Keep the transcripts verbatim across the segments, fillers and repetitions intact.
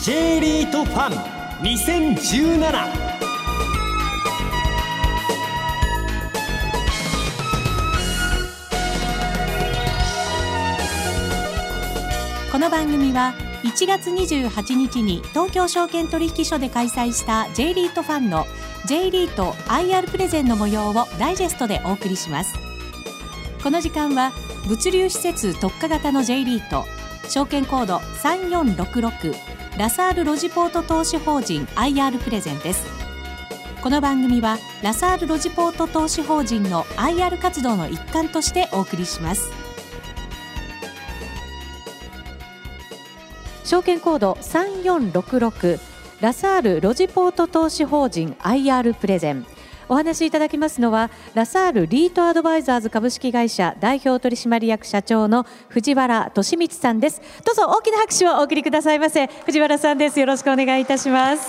J リートファンにせんじゅうなな。 この番組はいちがつにじゅうはちにちに東京証券取引所で開催した J リートファンの J リート アイアール プレゼンの模様をダイジェストでお送りします。この時間は物流施設特化型の J リート、証券コードさんよんろくろくラサールロジポート投資法人 アイアール プレゼンです。この番組はラサールロジポート投資法人の アイアール 活動の一環としてお送りします。証券コードさんよんろくろくラサールロジポート投資法人 アイアール プレゼン。お話しいただきますのはラサールリートアドバイザーズ株式会社代表取締役社長の藤原俊光さんです。どうぞ大きな拍手をお送りくださいませ。藤原さんです。よろしくお願いいたします。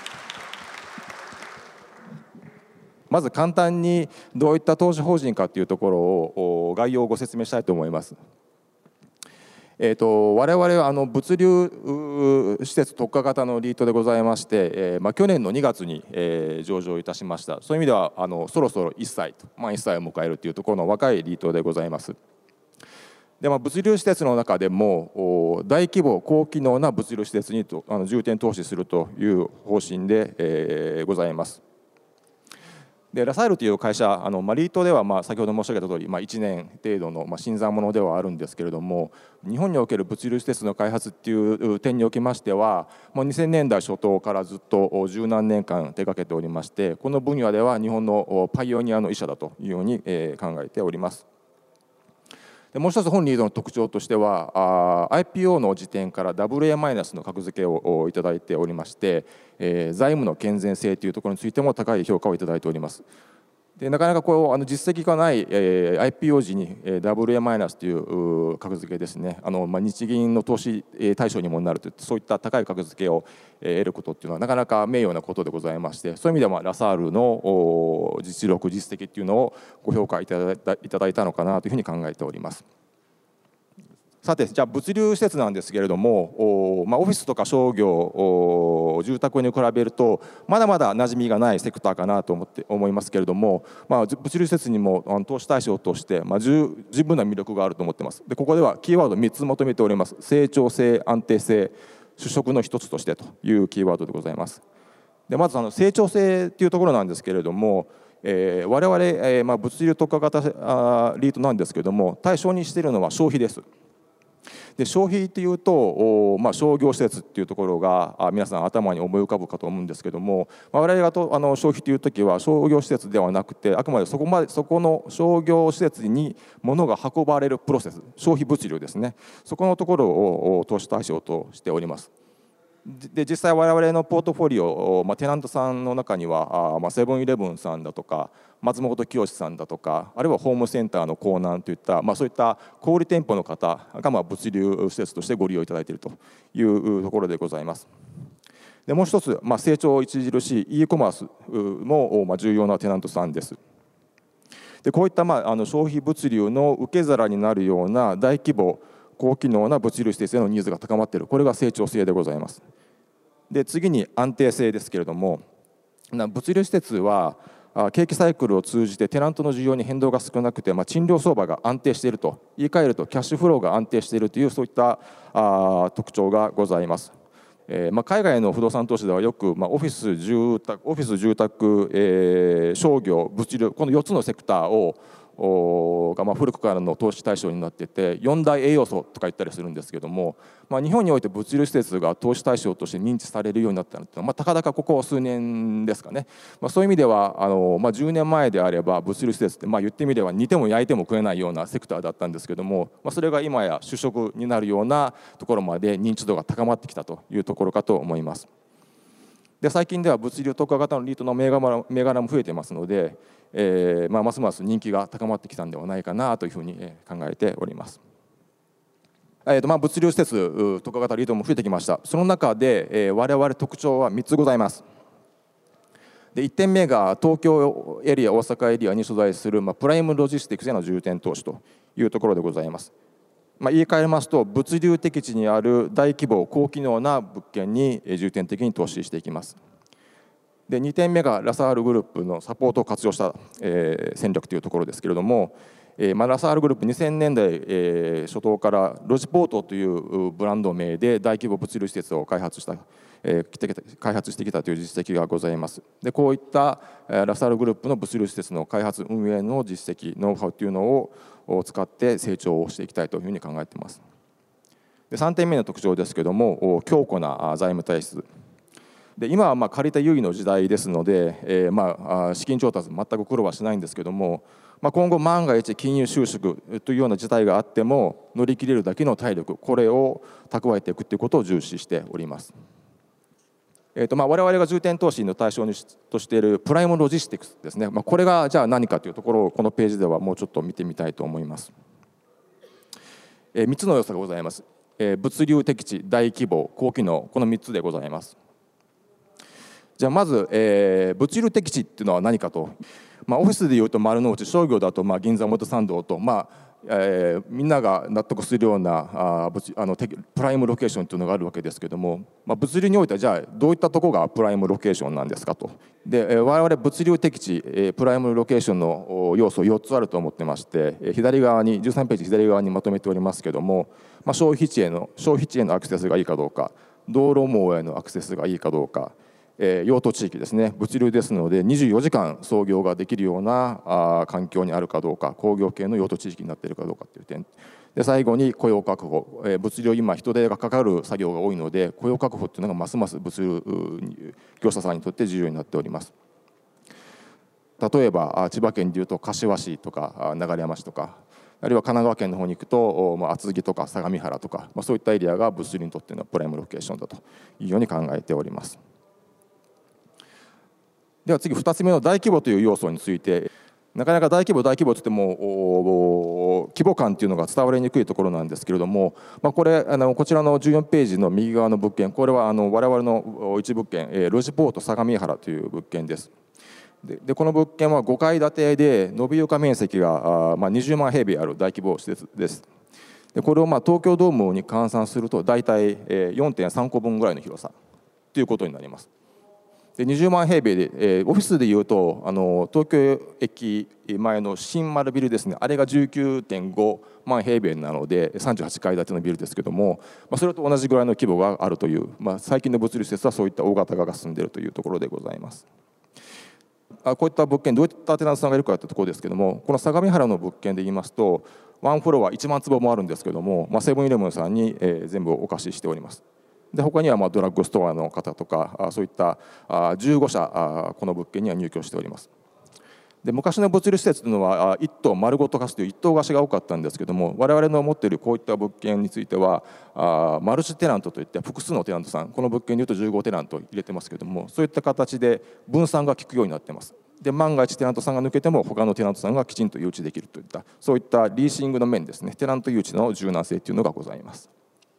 まず簡単にどういった投資法人かというところを概要をご説明したいと思います。えー、と我々はあの物流施設特化型のリートでございまして、えーまあ、去年のにがつに、えー、上場いたしました。そういう意味ではあのそろそろいっさいと、まあ、いっさいを迎えるというところの若いリートでございます。で、まあ、物流施設の中でも大規模高機能な物流施設にとあの重点投資するという方針で、えー、ございます。でラサールという会社、あのまあ、リートではまあ先ほど申し上げた通り、まあ、いちねん程度のまあ新参者ではあるんですけれども、日本における物流施設の開発っていう点におきましては、もうにせんねんだい初頭からずっと十何年間手掛けておりまして、この分野では日本のパイオニアの医者だというように考えております。でもう一つ本リードの特徴としては アイピーオー の時点から ダブルエー マイナスの格付けをいただいておりまして、えー、財務の健全性というところについても高い評価をいただいております。でなかなかこうあの実績がない、えー、アイピーオー 時に ダブルエー マイナスという格付けですね、あの、まあ、日銀の投資対象にもなるといったそういった高い格付けを得ることっていうのはなかなか名誉なことでございまして、そういう意味では、まあ、ラサールの実力実績っていうのをご評価いただいた、いただいたのかなというふうに考えております。さて、じゃあ物流施設なんですけれども、まあ、オフィスとか商業、住宅に比べるとまだまだ馴染みがないセクターかなと思って思いますけれども、まあ、物流施設にも投資対象として、まあ、十十分な魅力があると思っています。でここではキーワードみっつ求めております。成長性、安定性、主食の一つとしてというキーワードでございます。でまずあの成長性というところなんですけれども、えー、我々、えーまあ、物流特化型あリートなんですけれども、対象にしているのは消費です。で消費っていうと、まあ、商業施設っていうところが皆さん頭に思い浮かぶかと思うんですけども、まあ、我々がとあの消費という時は商業施設ではなくて、あくまでそこまでそこの商業施設に物が運ばれるプロセス、消費物流ですね、そこのところを投資対象としております。で実際我々のポートフォリオ、まあ、テナントさんの中にはあ、まあ、セブンイレブンさんだとか松本清さんだとか、あるいはホームセンターのコーナーといった、まあ、そういった小売店舗の方がまあ物流施設としてご利用いただいているというところでございます。でもう一つ、まあ、成長著しい e コマースもまあ重要なテナントさんです。でこういったまああの消費物流の受け皿になるような大規模高機能な物流施設へのニーズが高まっている、これが成長性でございます。で次に安定性ですけれども、物流施設は景気サイクルを通じてテナントの需要に変動が少なくて、まあ、賃料相場が安定していると、言い換えるとキャッシュフローが安定しているという、そういったあ特徴がございます。えーまあ、海外の不動産投資ではよく、まあ、オフィス住宅、オフィス住宅、えー、商業、物流、このよっつのセクターをがまあ古くからの投資対象になっていて、よん大栄養素とか言ったりするんですけども、まあ、日本において物流施設が投資対象として認知されるようになったのは、まあ、たかだかここ数年ですかね。まあ、そういう意味ではあの、まあ、じゅうねんまえであれば物流施設って、まあ、言ってみれば煮ても焼いても食えないようなセクターだったんですけども、まあ、それが今や主食になるようなところまで認知度が高まってきたというところかと思います。で最近では物流特化型のリートの銘柄、銘柄も増えていますので、えーまあ、ますます人気が高まってきたんではないかなというふうに考えております。えーとまあ、物流施設特化型リートも増えてきました。その中で、えー、我々特徴はみっつございます。でいってんめが東京エリア、大阪エリアに所在する、まあ、プライムロジスティクスへの重点投資というところでございます。 まあ、言い換えますと、物流適地にある大規模高機能な物件に重点的に投資していきます。でにてんめがラサールグループのサポートを活用した、えー、戦略というところですけれども、えーまあ、ラサールグループにせんねんだい、えー、初頭からロジポートというブランド名で大規模物流施設を開発した、えー、開発してきたという実績がございます。でこういった、えー、ラサールグループの物流施設の開発運営の実績ノウハウというのを使って成長をしていきたいというふうに考えています。でさんてんめの特徴ですけれども、強固な財務体質で、今はまあ借りた優位の時代ですので、えー、まあ資金調達全く苦労はしないんですけども、まあ、今後万が一金融収縮というような事態があっても乗り切れるだけの体力、これを蓄えていくということを重視しております。えーとまあ、我々が重点投資の対象にとしているプライムロジスティクスですね、まあ、これがじゃあ何かというところをこのページではもうちょっと見てみたいと思います。えー、みっつの要素がございます。えー、物流適地、大規模、高機能、このみっつでございます。じゃあまず、えー、物流適地っていうのは何かと、まあ、オフィスでいうと丸の内、商業だとまあ銀座表参道と、まあえー、みんなが納得するようなああのプライムロケーションというのがあるわけですけれども、まあ、物流においてはじゃあどういったところがプライムロケーションなんですかと。で、えー、我々物流適地、えー、プライムロケーションの要素よっつあると思ってまして、えー、左側にじゅうさんページ左側にまとめておりますけれども、まあ、消費地への消費地へのアクセスがいいかどうか、道路網へのアクセスがいいかどうか、えー、用途地域ですね、物流ですのでにじゅうよじかん操業ができるようなあ環境にあるかどうか、工業系の用途地域になっているかどうかという点で、最後に雇用確保、えー、物流今人手がかかる作業が多いので雇用確保というのがますます物流業者さんにとって重要になっております。例えば千葉県でいうと柏市とか流山市とか、あるいは神奈川県の方に行くと、まあ、厚木とか相模原とか、まあ、そういったエリアが物流にとってのプライムロケーションだというように考えております。では次ふたつめの大規模という要素について、なかなか大規模大規模といっても規模感というのが伝わりにくいところなんですけれども、まあ、これあのこちらのじゅうよんページの右側の物件、これはあの我々の一物件、ロジポート相模原という物件です。ででこの物件はごかい建てで延び床面積があ、まあ、にじゅうまんへいべいある大規模施設です。でこれをまあ東京ドームに換算すると大体 よんてんさんこぶんぐらいの広さということになります。でにじゅうまんへいべいで、えー、オフィスでいうとあの東京駅前の新丸ビルですね、あれが じゅうきゅうてんごまんへいべいなのでさんじゅうはちかい建てのビルですけども、まあ、それと同じぐらいの規模があるという、まあ、最近の物流施設はそういった大型化が進んでいるというところでございます。あこういった物件どういったテナントさんがいるかというところですけども、この相模原の物件で言いますとワンフロアいちまんつぼもあるんですけども、まあ、セブンイレブンさんに、えー、全部お貸ししております。で他にはまあドラッグストアの方とかそういったじゅうごしゃこの物件には入居しております。で昔の物流施設というのは一棟丸ごと貸すという一棟貸しが多かったんですけども、我々の持っているこういった物件についてはマルチテナントといって複数のテナントさん、この物件にいうとじゅうごテナント入れてますけども、そういった形で分散が効くようになっています。で万が一テナントさんが抜けても他のテナントさんがきちんと誘致できるといったそういったリーシングの面ですね、テナント誘致の柔軟性というのがございます。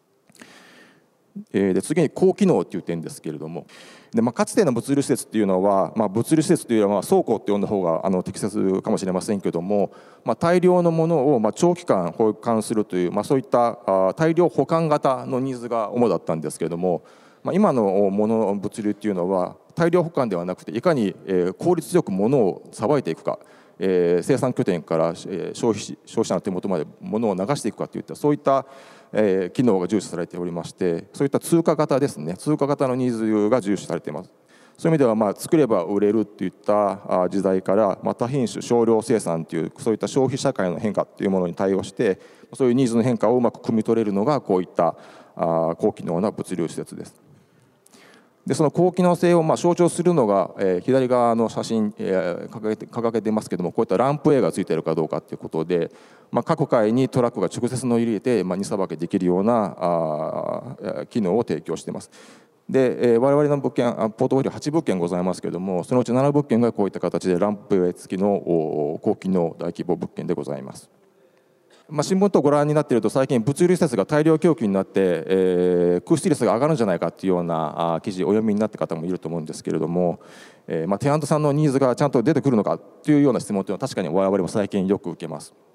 で次に高機能という点ですけれども、で、まあ、かつての物流施設というのは、まあ、物流施設というよりは倉庫と呼んだ方があの適切かもしれませんけれども、まあ、大量のものをまあ長期間保管するという、まあ、そういったあ大量保管型のニーズが主だったんですけれども、まあ、今のもの物流というのは大量保管ではなくていかに効率よくものをさばいていくか、えー、生産拠点から消費消費者の手元まで物を流していくかといったそういったえー、機能が重視されておりまして、そういった通貨型ですね、通貨型のニーズが重視されています。そういう意味では、まあ、作れば売れるといった時代から、まあ、多品種少量生産というそういった消費社会の変化というものに対応して、そういうニーズの変化をうまく汲み取れるのがこういったあ高機能な物流施設です。でその高機能性をまあ象徴するのが、えー、左側の写真、えー、掲げて掲げていますけれども、こういったランプ A がついているかどうかということで、まあ、各階にトラックが直接乗り入れて、まあ、荷さばきできるようなあ機能を提供しています。で、えー、我々の物件ポートフォリオはちぶっけんございますけれども、そのうちななぶっけんがこういった形でランプ A 付きの高機能大規模物件でございます。まあ、新聞等をご覧になっていると最近物流施設が大量供給になって、えー、空室率が上がるんじゃないかというような記事お読みになった方もいると思うんですけれども、えーまあ、テナントさんのニーズがちゃんと出てくるのかというような質問というのは確かに我々も最近よく受けます。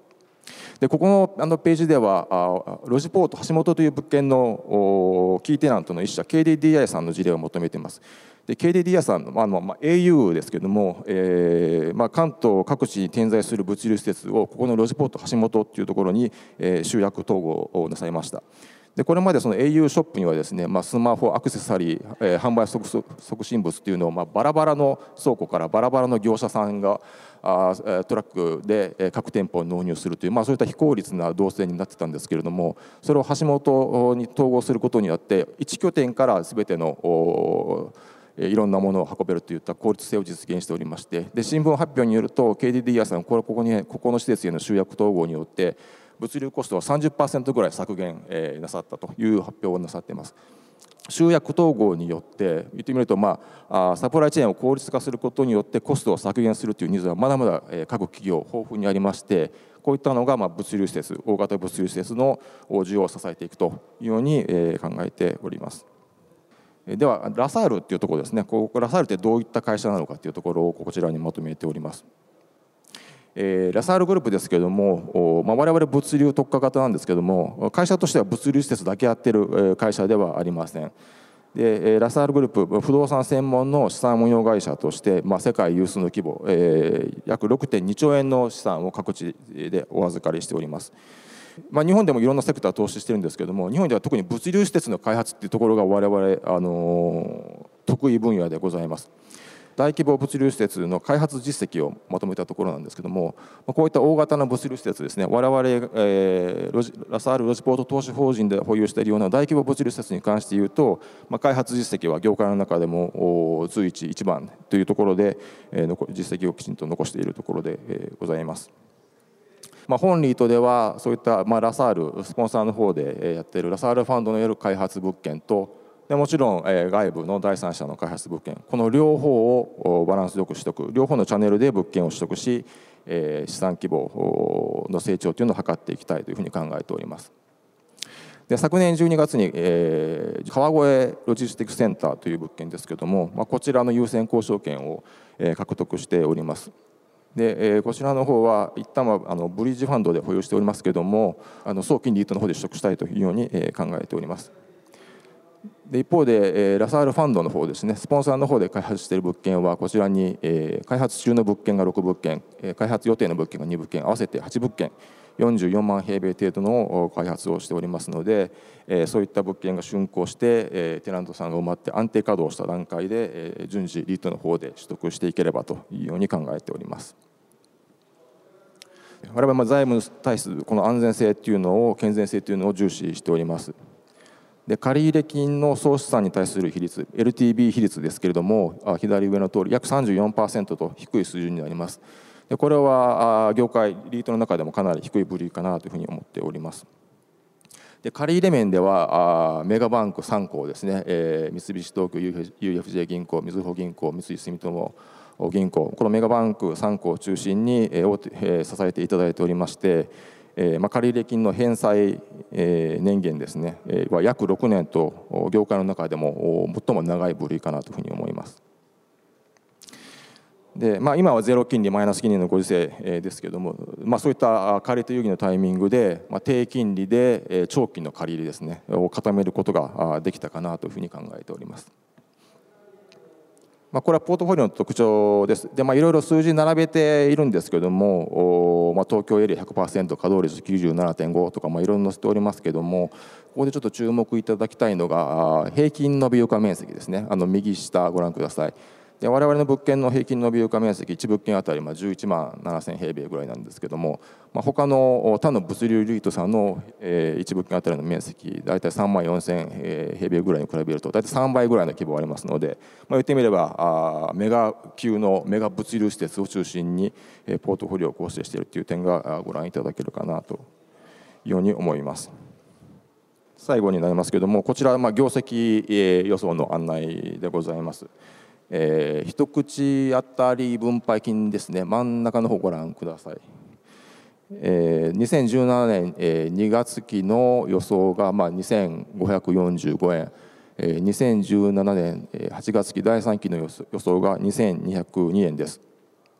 でここのあのページではあロジポート橋本という物件のキーテナントの一社 ケーディーディーアイ さんの事例を求めています。で ケーディーディーアイ さんの、あのまあ、エーユー ですけれども、えーまあ、関東各地に点在する物流施設をここのロジポート橋本というところに、えー、集約統合をなさいました。でこれまでその エーユー ショップにはですね、まあ、スマホアクセサリー、えー、販売促促進物というのを、まあ、バラバラの倉庫からバラバラの業者さんがあトラックで各店舗に納入するという、まあ、そういった非効率な動線になってたんですけれども、それを橋本に統合することによっていち拠点から全てのいろんなものを運べるといった効率性を実現しておりまして、で新聞発表によると ケーディーディーアイ さんこれここにここの施設への集約統合によって物流コストは さんじゅっパーセント ぐらい削減、えー、なさったという発表をなさっています。集約統合によって言ってみると、まあ、サプライチェーンを効率化することによってコストを削減するというニーズはまだまだ各企業豊富にありまして、こういったのがまあ物流施設、大型物流施設の需要を支えていくというように考えております。ではラサールというところですね、ここラサールってどういった会社なのかというところをこちらにまとめております。えー、ラサールグループですけれども、まあ、我々物流特化型なんですけれども、会社としては物流施設だけやってる会社ではありません。でラサールグループ不動産専門の資産運用会社として、まあ、世界有数の規模、えー、約 ろくてんにちょうえんの資産を各地でお預かりしております。まあ、日本でもいろんなセクター投資してるんですけれども、日本では特に物流施設の開発っていうところが我々、あのー、得意分野でございます。大規模物流施設の開発実績をまとめたところなんですけども、こういった大型な物流施設ですね、我々、えー、ロジラサールロジポート投資法人で保有しているような大規模物流施設に関して言うと、まあ、開発実績は業界の中でも随一一番というところで、えー、実績をきちんと残しているところで、えー、ございます。まあ、本リートではそういった、まあ、ラサールスポンサーの方でやっているラサールファンドによる開発物件と、でもちろん、えー、外部の第三者の開発物件、この両方をバランスよく取得、両方のチャンネルで物件を取得し、えー、資産規模の成長というのを図っていきたいというふうに考えております。で昨年じゅうにがつに、えー、川越ロジスティックセンターという物件ですけれども、まあ、こちらの優先交渉権を、えー、獲得しております。で、えー、こちらの方は一旦はあのブリッジファンドで保有しておりますけれども、あの早期にリートの方で取得したいというように、えー、考えております。で一方で、えー、ラサールファンドの方ですね、スポンサーの方で開発している物件はこちらに、えー、開発中の物件がろくぶっけん、えー、開発予定の物件がにぶっけん、合わせてはちぶっけん、よんじゅうよんまんへいべい程度の開発をしておりますので、えー、そういった物件が竣工して、えー、テナントさんが埋まって安定稼働した段階で、えー、順次リートの方で取得していければというように考えております。我々は財務体質、この安全性というのを、健全性というのを重視しております。で借入金の総資産に対する比率 エルティービー 比率ですけれども、左上の通り約 さんじゅうよんパーセント と低い水準になります。でこれは業界リートの中でもかなり低い部類かなというふうに思っております。で借入面ではメガバンクさんこうですね、えー、三菱東京 ユーエフジェー 銀行、みずほ銀行、三井住友銀行、このメガバンクさんこうを中心に、えーえー、支えていただいておりまして、えーまあ、借入金の返済、えー、年限ですね、えー、は約ろくねんと業界の中でも最も長い部類かなというふうに思います。でまあ、今はゼロ金利マイナス金利のご時世ですけれども、まあ、そういった借り手優位のタイミングで、まあ、低金利で長期の借り入れですねを固めることができたかなというふうに考えております。まあ、これはポートフォリオの特徴です。で、まあ、いろいろ数字並べているんですけれども、まあ、東京エリア ひゃくパーセント 稼働率 きゅうじゅうななてんご とか、まあ、いろいろ載せておりますけれども、ここでちょっと注目いただきたいのが平均の美床面積ですね。あの右下ご覧ください。で我々の物件の平均の美床面積いちぶっけんあたりじゅういちまんななせんへいべいぐらいなんですけども、まあ、他の他の物流リートさんのいちぶっけんあたりの面積大体さんまんよんせんへいべいぐらいに比べると大体さんばいぐらいの規模がありますので、まあ、言ってみればメガ級のメガ物流施設を中心にポートフォリオを構成しているという点がご覧いただけるかなというように思います。最後になりますけれども、こちらは業績予想の案内でございます。えー、一口当たり分配金ですね、真ん中の方ご覧ください。えー、にせんじゅうななねん、えー、にがつきの予想がまあにせんごひゃくよんじゅうごえん、えー、にせんじゅうななねんはちがつきだいさんきの予想がにせんにひゃくにえんです。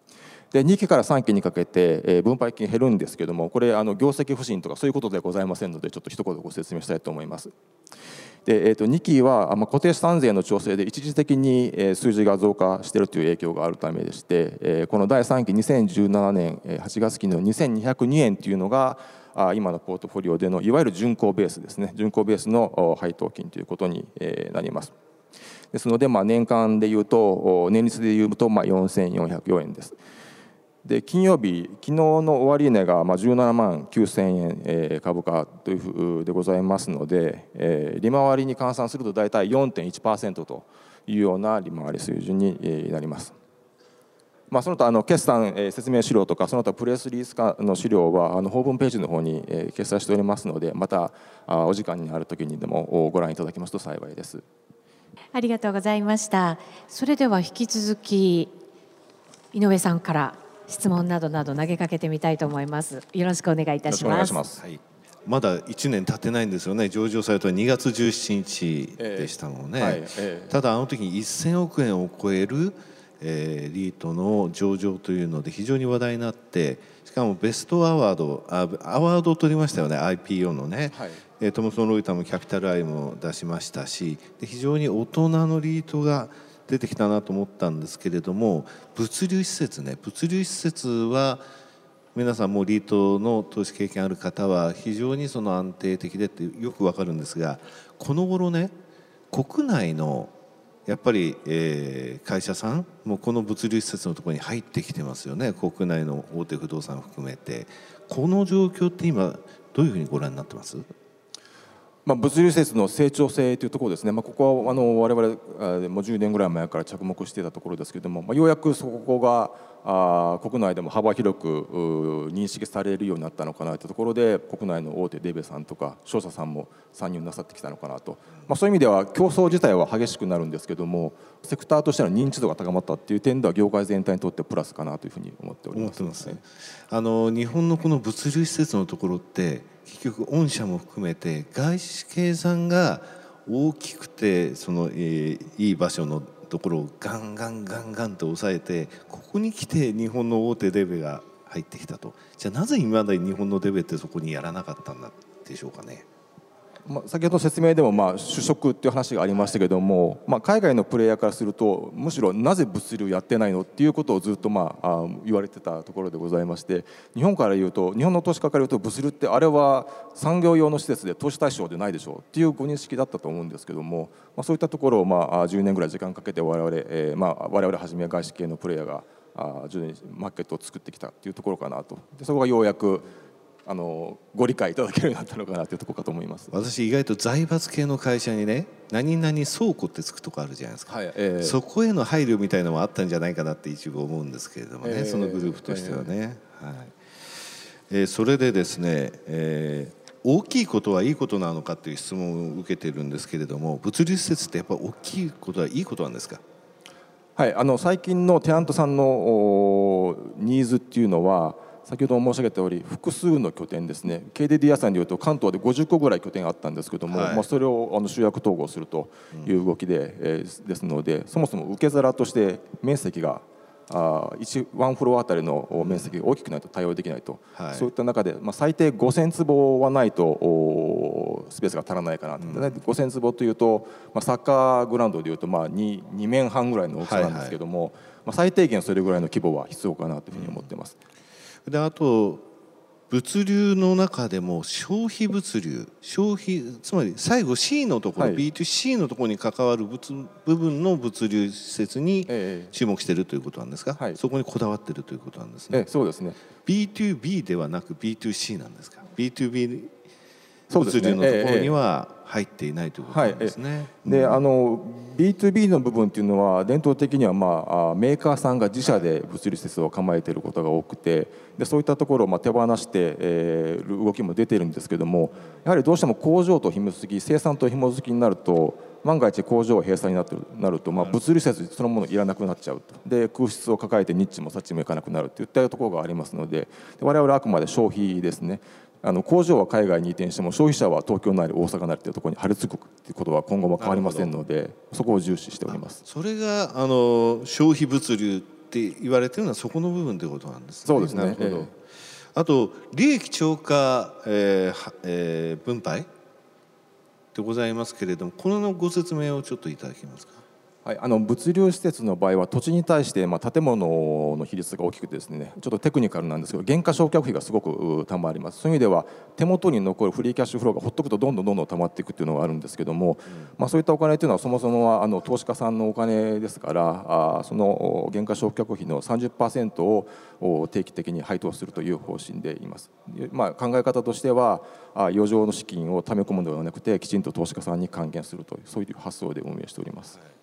でにきからさんきにかけて、えー、分配金減るんですけども、これあの業績不振とかそういうことではございませんので、ちょっと一言ご説明したいと思います。でえー、とにきは、まあ、固定資産税の調整で一時的に、えー、数字が増加しているという影響があるためでして、えー、このだいさんきにせんじゅうななねんはちがつ期のにせんにひゃくにえんというのがあ今のポートフォリオでのいわゆる巡航ベースですね、巡航ベースの配当金ということに、えー、なります。ですので、まあ、年間でいうと年率でいうとまあよんせんよんひゃくよんえんです。で金曜日、昨日の終値がまあじゅうななまんきゅうせんえん、えー、株価というふうでございますので、えー、利回りに換算すると大体 よんてんいちパーセント というような利回り水準になります。まあ、その他あの決算、えー、説明資料とかその他プレスリリース化の資料はあのホームページの方に、えー、掲載しておりますので、またあお時間にあるときにでもご覧いただきますと幸いです。 ありがとうございました。それでは引き続き井上さんから質問などなど投げかけてみたいと思います。よろしくお願いいたします。 はい、まだいちねん経ってないんですよね。上場されたにがつじゅうしちにちでしたもんね、えーはいえー、ただあの時にせんおくえんを超える、えー、リートの上場というので非常に話題になって、しかもベストアワードあアワードを取りましたよね、 アイピーオー のね、はい、トムソン・ロイターもキャピタルアイも出しましたし、で非常に大人のリートが出てきたなと思ったんですけれども、物流施設ね、物流施設は皆さんもリートの投資経験ある方は非常にその安定的でってよくわかるんですが、この頃ね、国内のやっぱり、えー、会社さんもこの物流施設のところに入ってきてますよね。国内の大手不動産含めて、この状況って今どういうふうにご覧になってます？ まあ、物流施設の成長性というところですね、まあ、ここはあの我々もうじゅうねんぐらい前から着目していたところですけれども、まあ、ようやくそこがあ国内でも幅広く認識されるようになったのかなというところで、国内の大手デベさんとか商社さんも参入なさってきたのかなと、まあ、そういう意味では競争自体は激しくなるんですけども、セクターとしての認知度が高まったという点では業界全体にとってプラスかなというふうに思っております。 思ってますね。あの日本のこの物流施設のところって結局御社も含めて外資系さんが大きくてその、えー、いい場所のところをガンガンガンガンと抑えて、ここに来て日本の大手デベが入ってきたと。じゃあなぜ今まで日本のデベってそこにやらなかったんでしょうかね。 まあ、先ほど説明でもまあ主食っていう話がありましたけども、まあ、海外のプレイヤーからするとむしろなぜ物流やってないのっていうことをずっとまあ言われてたところでございまして、日本から言うと日本の投資家から言うと物流ってあれは産業用の施設で投資対象でないでしょうっていうご認識だったと思うんですけども、まあ、そういったところをまあじゅうねんぐらい時間かけて我々、えー、まあ我々はじめ外資系のプレイヤーが徐々にマーケットを作ってきたっていうところかなと。でそこがようやくあのご理解いただけるようになったのかなというところかと思います。 私意外と財閥系の会社にね、何々倉庫ってつくとこあるじゃないですか、はいえー、そこへの配慮みたいなのもあったんじゃないかなって一部思うんですけれどもね、えー、そのグループとしてはね、えーはいえー、それでですね、えー、大きいことはいいことなのかという質問を受けているんですけれども、物流施設ってやっぱ大きいことはいいことなんですか？ はい、あの最近のテナントさんのニーズっていうのは先ほども申し上げたように複数の拠点ですね、 ケーディーディー 屋さんでいうと関東でごじゅっこぐらい拠点があったんですけども、はいまあ、それをあの集約統合するという動きで、うんえー、ですので、そもそも受け皿として面積があいちワンフロアあたりの面積が大きくないと対応できないと、はい、そういった中で、まあ、最低ごせんつぼはないとスペースが足らないかなと、うん、ごせんつぼというと、まあ、サッカーグラウンドでいうとまあ 2, 2面半ぐらいの大きさなんですけども、はいはいまあ、最低限それぐらいの規模は必要かなというふうに思っています。 うん、であと物流の中でも消費物流、消費つまり最後 C のところ、はい、ビーツーシー のところに関わる物部分の物流施設に注目しているということなんですか、はい、そこにこだわっているということなんですね。 ええ、そうですね。 ビーツービー ではなく ビーツーシー なんですか。 ビーツービー 物流のところには入っていないということなんですね。 であの ビーツービー の部分というのは伝統的には、まあ、メーカーさんが自社で物流施設を構えていることが多くて、でそういったところをまあ手放している、えー、動きも出ているんですけども、やはりどうしても工場と紐づき生産と紐づきになると万が一工場閉鎖になってなると、まあ、物流施設そのものいらなくなっちゃうと。で空室を抱えてニッチもサッチもいかなくなるといったところがありますので、我々はあくまで消費ですね。あの工場は海外に移転しても消費者は東京なり大阪なりというところに張り付くということは今後も変わりませんので、そこを重視しております。 それがあの消費物流ってって言われてるのはそこの部分ということなんですね。 そうですね。 なるほど。えー、あと利益超過、えーえー、分配でございますけれども、このご説明をちょっといただけますか。 はい、あの物流施設の場合は土地に対して、まあ、建物の比率が大きくてですね、ちょっとテクニカルなんですけど、減価償却費がすごくたまります。そういう意味では手元に残るフリーキャッシュフローがほっとくとどんどんどんどんたまっていくっていうのがあるんですけども、うん、まあ、そういったお金というのはそもそもはあの投資家さんのお金ですから、あその減価償却費の さんじゅっパーセント を定期的に配当するという方針でいます。まあ、考え方としては余剰の資金を溜め込むのではなくて、きちんと投資家さんに還元するという、そういう発想で運営しております。はい、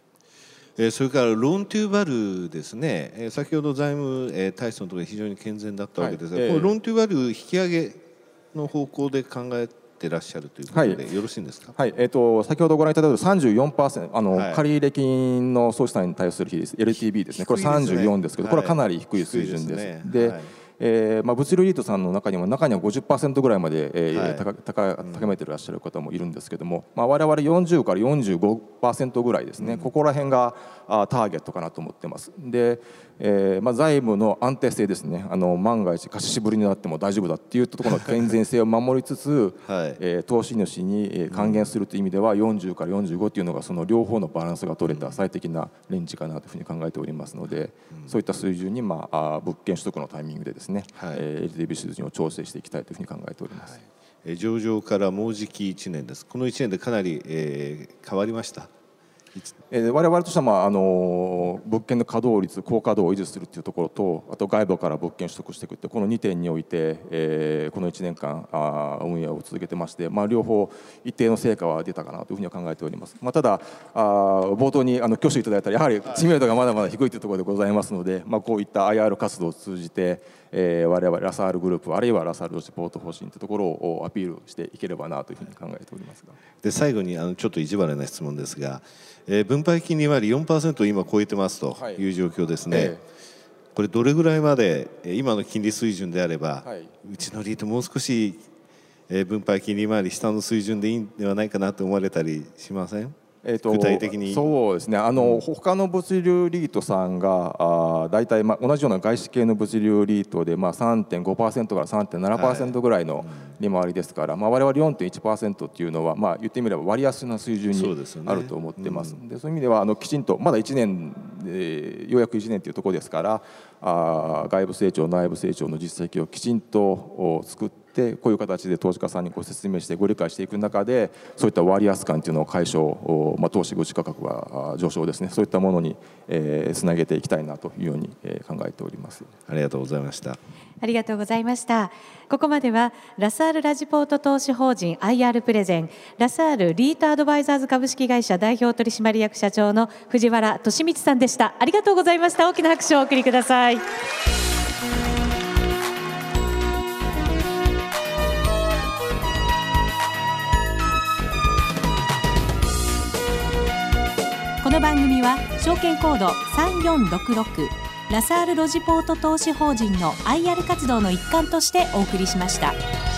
それからローントゥーバルですね、先ほど財務体質のところで非常に健全だったわけですが、はい、これローントゥーバル引き上げの方向で考えてらっしゃるということで、はい、よろしいんですか。 はい、えー、と先ほどご覧いただいた さんじゅうよんパーセント、あの、はい、借入金の総資産に対する比率 エルティービー ですね、これさんじゅうよんですけど、これはかなり低い水準です。はい、で、はい、えーまあ、物流リートさんの中にも中には ごじゅっパーセント ぐらいまで、えーはい、高, 高, 高めていらっしゃる方もいるんですけども、まあ、我々よんじゅうからよんじゅうごパーセント ぐらいですね、うん、ここら辺があターゲットかなと思ってます。で、えーまあ、財務の安定性ですね、あの万が一貸ししぶりになっても大丈夫だっていうところの健全性を守りつつ、はい、えー、投資主に還元するという意味ではよんじゅうからよんじゅうごというのがその両方のバランスが取れた最適なレンジかなというふうに考えておりますので、うん、そういった水準に、まあ、物件取得のタイミングでですね、はい、えーエルティービー 水準を調整していきたいというふうに考えております。 はい、上場からもうじきいちねんです。このいちねんでかなり、えー、変わりました。 えー、我々としては、まあ、あの物件の稼働率、高稼働を維持するというところと、あと外部から物件取得していくというこのにてんにおいて、えー、このいちねんかんあ運営を続けてまして、まあ、両方一定の成果は出たかなというふうには考えております。まあ、ただあ冒頭にあの挙手いただいたらやはり知名度がまだまだ低いというところでございますので、まあ、こういった アイアール 活動を通じて、えー、我々ラサールグループあるいはラサールロジポート方針というところをアピールしていければなというふうに考えておりますが、 で最後にあのちょっと意地悪な質問ですが、えー、分配金利回り よんパーセント を今超えてますという状況ですね。はい、えー、これどれぐらいまで今の金利水準であれば、はい、うちのリートもう少し分配金利回り下の水準でいいんではないかなと思われたりしません？えー、と具体的にそうですね、あの、うん、他の物流リートさんがあ大体、まあ、同じような外資系の物流リートで、まあ、さんてんごパーセント から さんてんななパーセント ぐらいの利回りですから、はい、まあ、我々 よんてんいちパーセント っていうのは、まあ、言ってみれば割安な水準にあると思ってます。そうですよね。うん、でそういう意味ではあのきちんとまだいちねん、えー、ようやくいちねんというところですから、あ外部成長内部成長の実績をきちんと作ってでこういう形で投資家さんにご説明してご理解していく中で、そういった割安感というのを解消、まあ、投資口価格は上昇ですね、そういったものに、えー、つなげていきたいなというように、えー、考えております。 ありがとうございました。 ありがとうございました。ここまではラサールラジポート投資法人 アイアール プレゼンラサールリートアドバイザーズ株式会社代表取締役社長の藤原俊光さんでした。ありがとうございました。大きな拍手をお送りください。この番組は証券コードさんよんろくろくラサールロジポート投資法人の アイアール 活動の一環としてお送りしました。